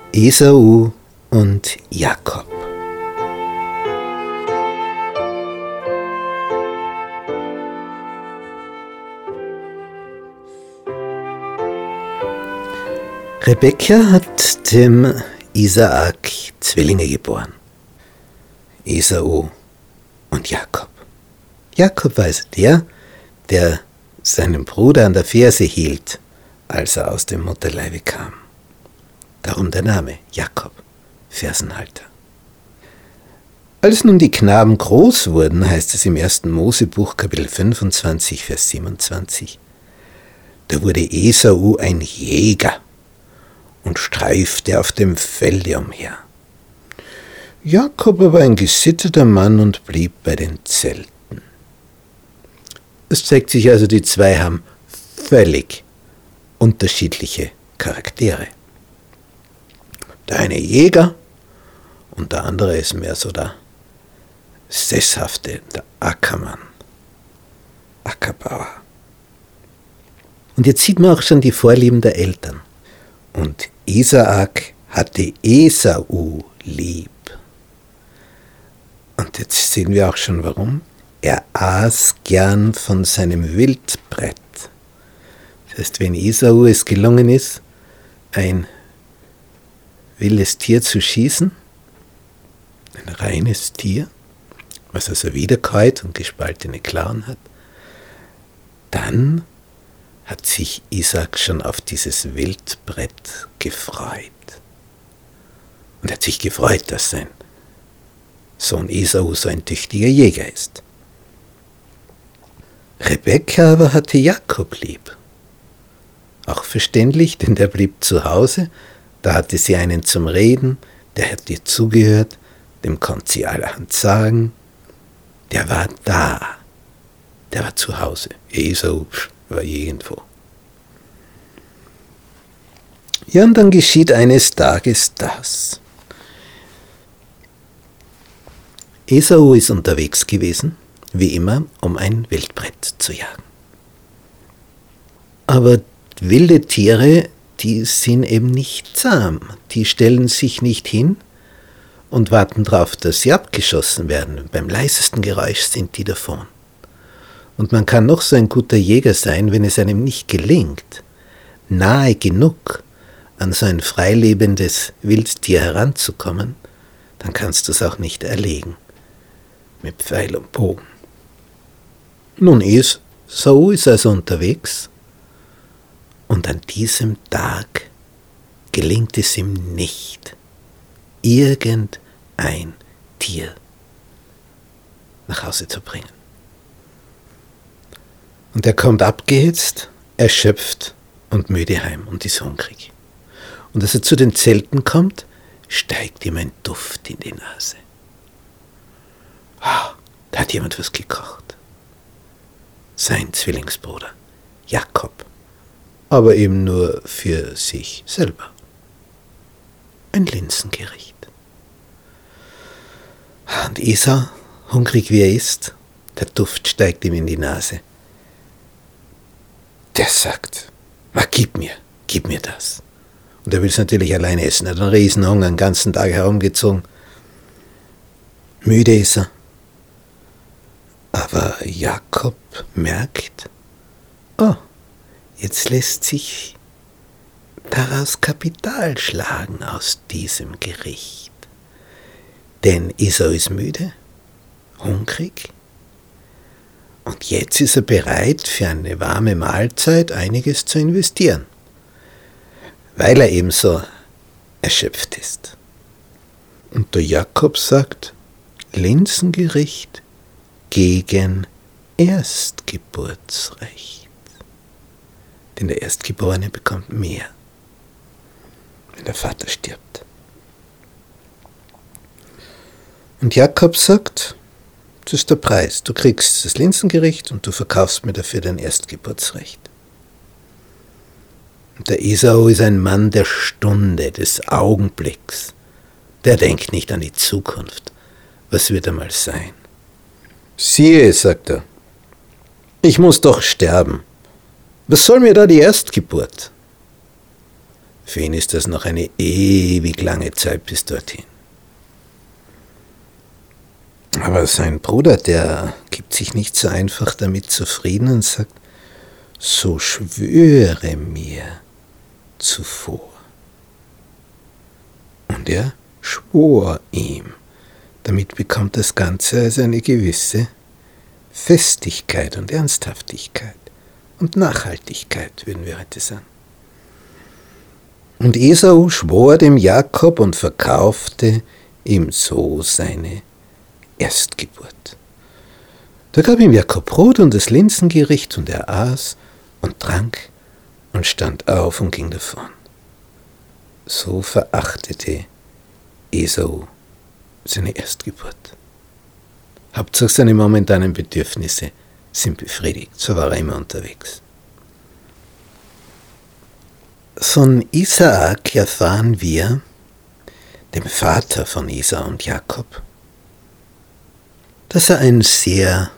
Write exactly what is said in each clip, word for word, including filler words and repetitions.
Esau und Jakob. Rebekka hat dem Isaak Zwillinge geboren. Esau und Jakob. Jakob war also der, der seinen Bruder an der Ferse hielt, als er aus dem Mutterleibe kam. Darum der Name Jakob, Fersenhalter. Als nun die Knaben groß wurden, heißt es im ersten Mosebuch, Kapitel fünfundzwanzig, Vers siebenundzwanzig, da wurde Esau ein Jäger und streifte auf dem Felde umher. Jakob aber ein gesitteter Mann und blieb bei den Zelten. Es zeigt sich also, die zwei haben völlig unterschiedliche Charaktere. Der eine Jäger und der andere ist mehr so der Sesshafte, der Ackermann, Ackerbauer. Und jetzt sieht man auch schon die Vorlieben der Eltern. Und Isaak hatte Esau lieb. Und jetzt sehen wir auch schon warum. Er aß gern von seinem Wildbrett. Das heißt, wenn Esau es gelungen ist, ein wildes Tier zu schießen, ein reines Tier, was also wiederkäut und gespaltene Klauen hat, dann hat sich Isaak schon auf dieses Wildbrett gefreut. Und er hat sich gefreut, dass sein Sohn Esau so ein tüchtiger Jäger ist. Rebekka aber hatte Jakob lieb. Auch verständlich, denn der blieb zu Hause. Da hatte sie einen zum Reden, der hat ihr zugehört, dem konnte sie allerhand sagen. Der war da, der war zu Hause. Esau war irgendwo. Ja, und dann geschieht eines Tages das. Esau ist unterwegs gewesen, wie immer, um ein Wildbrett zu jagen. Aber wilde Tiere, die sind eben nicht zahm. Die stellen sich nicht hin und warten darauf, dass sie abgeschossen werden. Beim leisesten Geräusch sind die davon. Und man kann noch so ein guter Jäger sein, wenn es einem nicht gelingt, nahe genug an so ein freilebendes Wildtier heranzukommen, dann kannst du es auch nicht erlegen mit Pfeil und Bogen. Nun, Esau ist also unterwegs. Und an diesem Tag gelingt es ihm nicht, irgendein Tier nach Hause zu bringen. Und er kommt abgehetzt, erschöpft und müde heim und ist hungrig. Und als er zu den Zelten kommt, steigt ihm ein Duft in die Nase. Ah, da hat jemand was gekocht. Sein Zwillingsbruder, Jakob. Aber eben nur für sich selber. Ein Linsengericht. Und Esau, hungrig wie er ist, der Duft steigt ihm in die Nase. Der sagt, na, gib mir, gib mir das. Und er will es natürlich alleine essen. Er hat einen Riesenhunger, den ganzen Tag herumgezogen. Müde ist er. Aber Jakob merkt, oh, jetzt lässt sich daraus Kapital schlagen aus diesem Gericht. Denn Esau ist müde, hungrig und jetzt ist er bereit, für eine warme Mahlzeit einiges zu investieren, weil er eben so erschöpft ist. Und der Jakob sagt, Linsengericht gegen Erstgeburtsrecht. Denn der Erstgeborene bekommt mehr, wenn der Vater stirbt. Und Jakob sagt, das ist der Preis. Du kriegst das Linsengericht und du verkaufst mir dafür dein Erstgeburtsrecht. Und der Esau ist ein Mann der Stunde, des Augenblicks. Der denkt nicht an die Zukunft. Was wird einmal sein? Siehe, sagt er, ich muss doch sterben. Was soll mir da die Erstgeburt? Für ihn ist das noch eine ewig lange Zeit bis dorthin. Aber sein Bruder, der gibt sich nicht so einfach damit zufrieden und sagt, so schwöre mir zuvor. Und er schwor ihm. Damit bekommt das Ganze also eine gewisse Festigkeit und Ernsthaftigkeit und Nachhaltigkeit, würden wir heute sagen. Und Esau schwor dem Jakob und verkaufte ihm so seine Erstgeburt. Da gab ihm Jakob Brot und das Linsengericht, und er aß und trank und stand auf und ging davon. So verachtete Esau seine Erstgeburt. Hauptsache seine momentanen Bedürfnisse sind befriedigt, so war er immer unterwegs. Von Isaak erfahren wir, dem Vater von Esau und Jakob, dass er ein sehr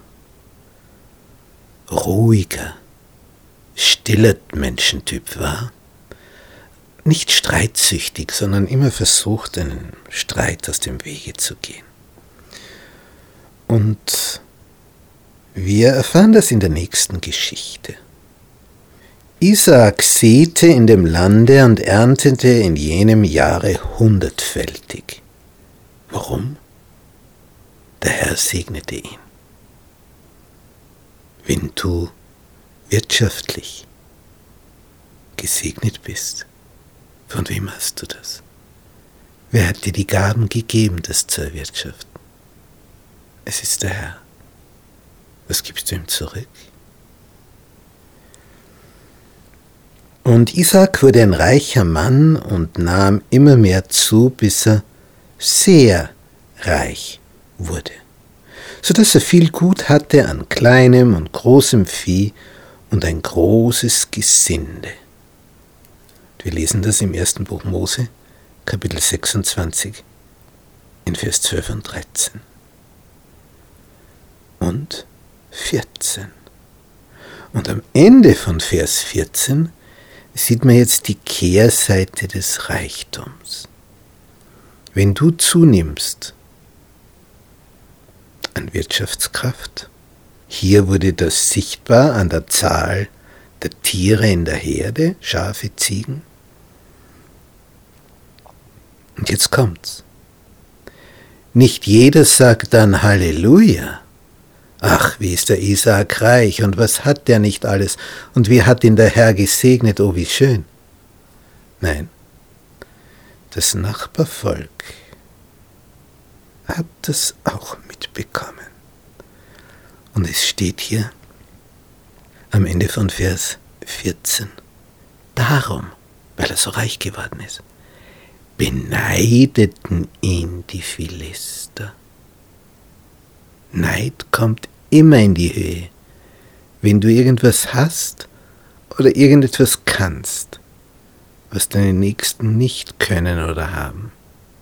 ruhiger, stiller Menschentyp war, nicht streitsüchtig, sondern immer versucht, einen Streit aus dem Wege zu gehen. Und wir erfahren das in der nächsten Geschichte. Isaak säte in dem Lande und erntete in jenem Jahre hundertfältig. Warum? Der Herr segnete ihn. Wenn du wirtschaftlich gesegnet bist, von wem hast du das? Wer hat dir die Gaben gegeben, das zu erwirtschaften? Es ist der Herr. Was gibst du ihm zurück? Und Isaak wurde ein reicher Mann und nahm immer mehr zu, bis er sehr reich wurde, sodass er viel Gut hatte an kleinem und großem Vieh und ein großes Gesinde. Wir lesen das im ersten Buch Mose, Kapitel sechsundzwanzig, in Vers zwölf und dreizehn. Und vierzehn. Und am Ende von Vers vierzehn sieht man jetzt die Kehrseite des Reichtums. Wenn du zunimmst an Wirtschaftskraft, hier wurde das sichtbar an der Zahl der Tiere in der Herde, Schafe, Ziegen. Und jetzt kommt's. Nicht jeder sagt dann Halleluja. Ach, wie ist der Isaak reich und was hat der nicht alles und wie hat ihn der Herr gesegnet, oh wie schön. Nein, das Nachbarvolk hat das auch mitbekommen. Und es steht hier am Ende von Vers vierzehn. Darum, weil er so reich geworden ist, beneideten ihn die Philister. Neid kommt immer in die Höhe, wenn du irgendwas hast oder irgendetwas kannst, was deine Nächsten nicht können oder haben.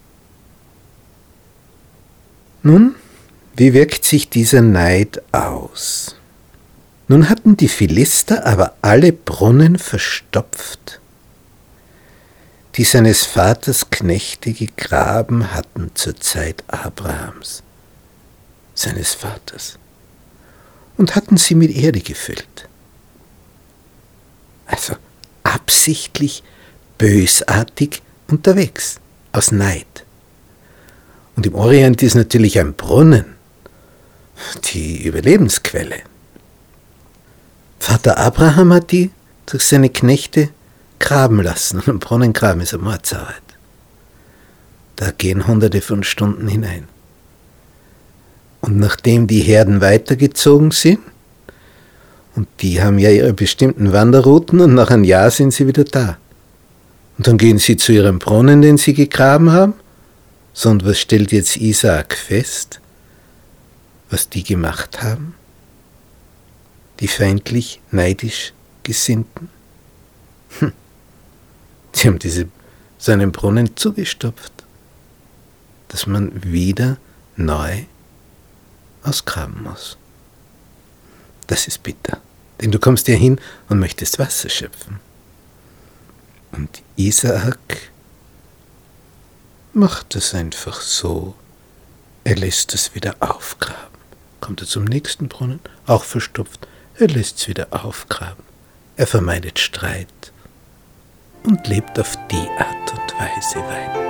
Nun, wie wirkt sich dieser Neid aus? Nun hatten die Philister aber alle Brunnen verstopft, die seines Vaters Knechte gegraben hatten zur Zeit Abrahams, seines Vaters, und hatten sie mit Erde gefüllt. Also absichtlich bösartig unterwegs, aus Neid. Und im Orient ist natürlich ein Brunnen die Überlebensquelle. Vater Abraham hat die durch seine Knechte graben lassen. Und ein Brunnengraben ist eine Mordsarbeit. Da gehen hunderte von Stunden hinein. Und nachdem die Herden weitergezogen sind, und die haben ja ihre bestimmten Wanderrouten, und nach einem Jahr sind sie wieder da. Und dann gehen sie zu ihrem Brunnen, den sie gegraben haben. So, und was stellt jetzt Isaak fest, was die gemacht haben? Die feindlich, neidisch Gesinnten. Hm. Sie haben diese, seinen Brunnen zugestopft, dass man wieder neu ausgraben muss. Das ist bitter, denn du kommst ja hin und möchtest Wasser schöpfen. Und Isaak macht es einfach so. Er lässt es wieder aufgraben. Kommt er zum nächsten Brunnen, auch verstopft. Er lässt es wieder aufgraben. Er vermeidet Streit und lebt auf die Art und Weise weiter.